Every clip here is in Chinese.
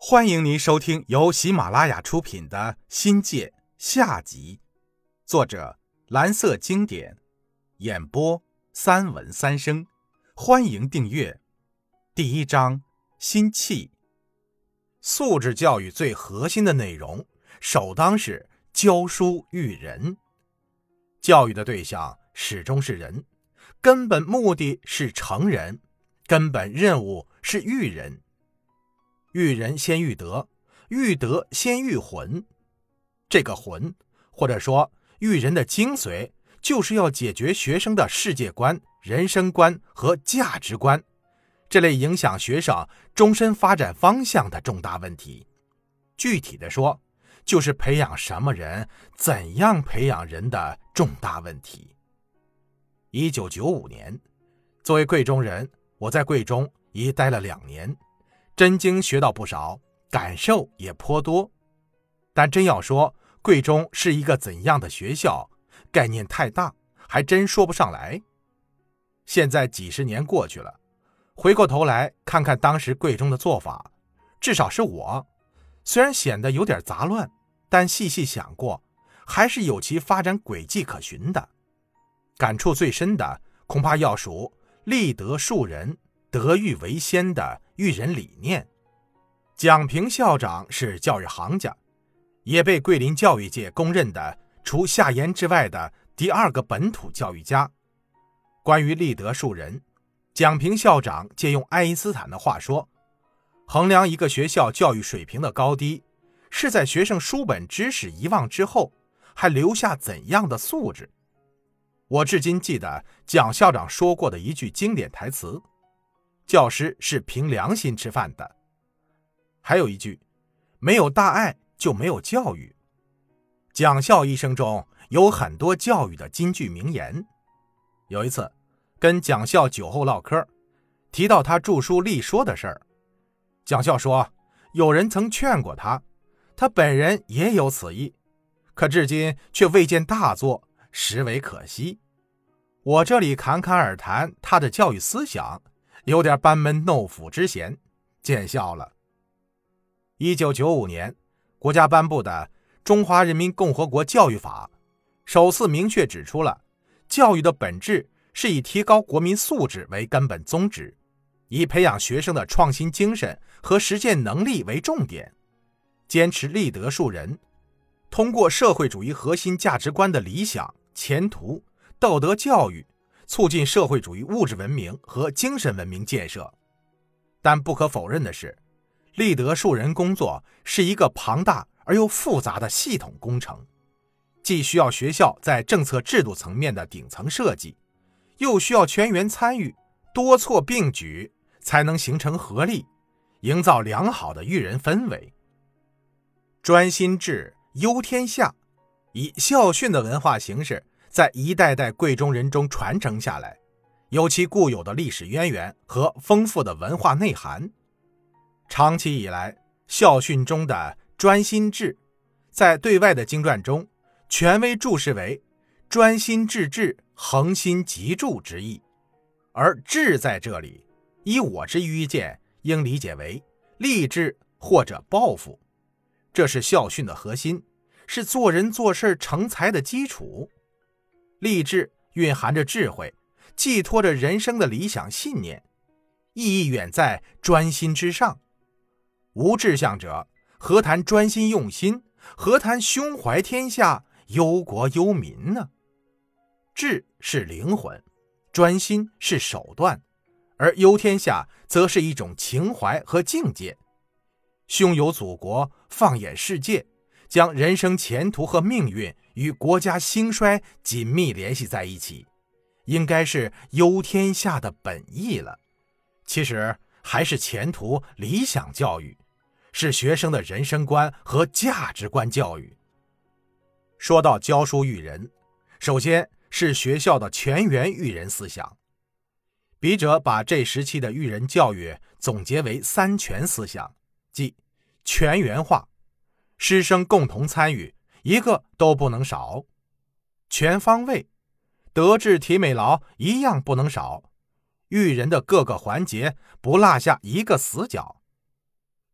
欢迎您收听由喜马拉雅出品的《新界》下集，作者蓝色经典，演播三文三生。欢迎订阅。第一章，心气。素质教育最核心的内容，首当是教书育人。教育的对象始终是人，根本目的是成人，根本任务是育人。育人先育德，育德先育魂。这个魂，或者说育人的精髓，就是要解决学生的世界观、人生观和价值观这类影响学生终身发展方向的重大问题。具体的说，就是培养什么人，怎样培养人的重大问题。1995年，作为贵中人，我在贵中已待了2年，真经学到不少，感受也颇多。但真要说贵中是一个怎样的学校，概念太大，还真说不上来。现在几十年过去了，回过头来看看当时贵中的做法，至少是我，虽然显得有点杂乱，但细细想过，还是有其发展轨迹可循的。感触最深的，恐怕要数立德树人、德育为先的育人理念。蒋平校长是教育行家，也被桂林教育界公认的除夏言之外的第2个本土教育家。关于立德树人，蒋平校长借用爱因斯坦的话说，衡量一个学校教育水平的高低，是在学生书本知识遗忘之后，还留下怎样的素质。我至今记得蒋校长说过的一句经典台词，教师是凭良心吃饭的。还有一句，没有大爱就没有教育。蒋校一生中有很多教育的金句名言。有一次跟蒋校酒后唠嗑，提到他著书立说的事儿，蒋校说有人曾劝过他，他本人也有此意，可至今却未见大作，实为可惜。我这里侃侃而谈他的教育思想，有点班门弄斧之嫌，见笑了。1995年，国家颁布的《中华人民共和国教育法》首次明确指出了教育的本质是以提高国民素质为根本宗旨，以培养学生的创新精神和实践能力为重点，坚持立德树人，通过社会主义核心价值观的理想、前途、道德教育，促进社会主义物质文明和精神文明建设。但不可否认的是，立德树人工作是一个庞大而又复杂的系统工程，既需要学校在政策制度层面的顶层设计，又需要全员参与，多措并举，才能形成合力，营造良好的育人氛围。专心致忧天下，以校训的文化形式在一代代贵中人中传承下来，有其固有的历史渊源和丰富的文化内涵。长期以来，校训中的专心致在对外的经传中权威注释为专心致志、恒心集注之意，而志在这里，依我之愚见，应理解为励志或者抱负。这是校训的核心，是做人做事成才的基础。励志蕴含着智慧，寄托着人生的理想信念，意义远在专心之上。无志向者，何谈专心用心，何谈胸怀天下，忧国忧民呢？志是灵魂，专心是手段，而忧天下则是一种情怀和境界。胸有祖国，放眼世界，将人生前途和命运与国家兴衰紧密联系在一起，应该是忧天下的本意了。其实还是前途理想教育，是学生的人生观和价值观教育。说到教书育人，首先是学校的全员育人思想。笔者把这时期的育人教育总结为3全思想，即全员化，师生共同参与，一个都不能少；全方位，德智体美劳一样不能少，育人的各个环节不落下一个死角；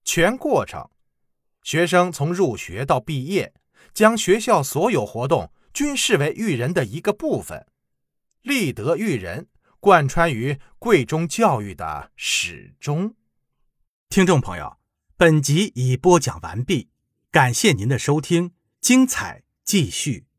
全过程，学生从入学到毕业，将学校所有活动均视为育人的一个部分，立德育人贯穿于贵中教育的始终。听众朋友，本集已播讲完毕，感谢您的收听，精彩继续。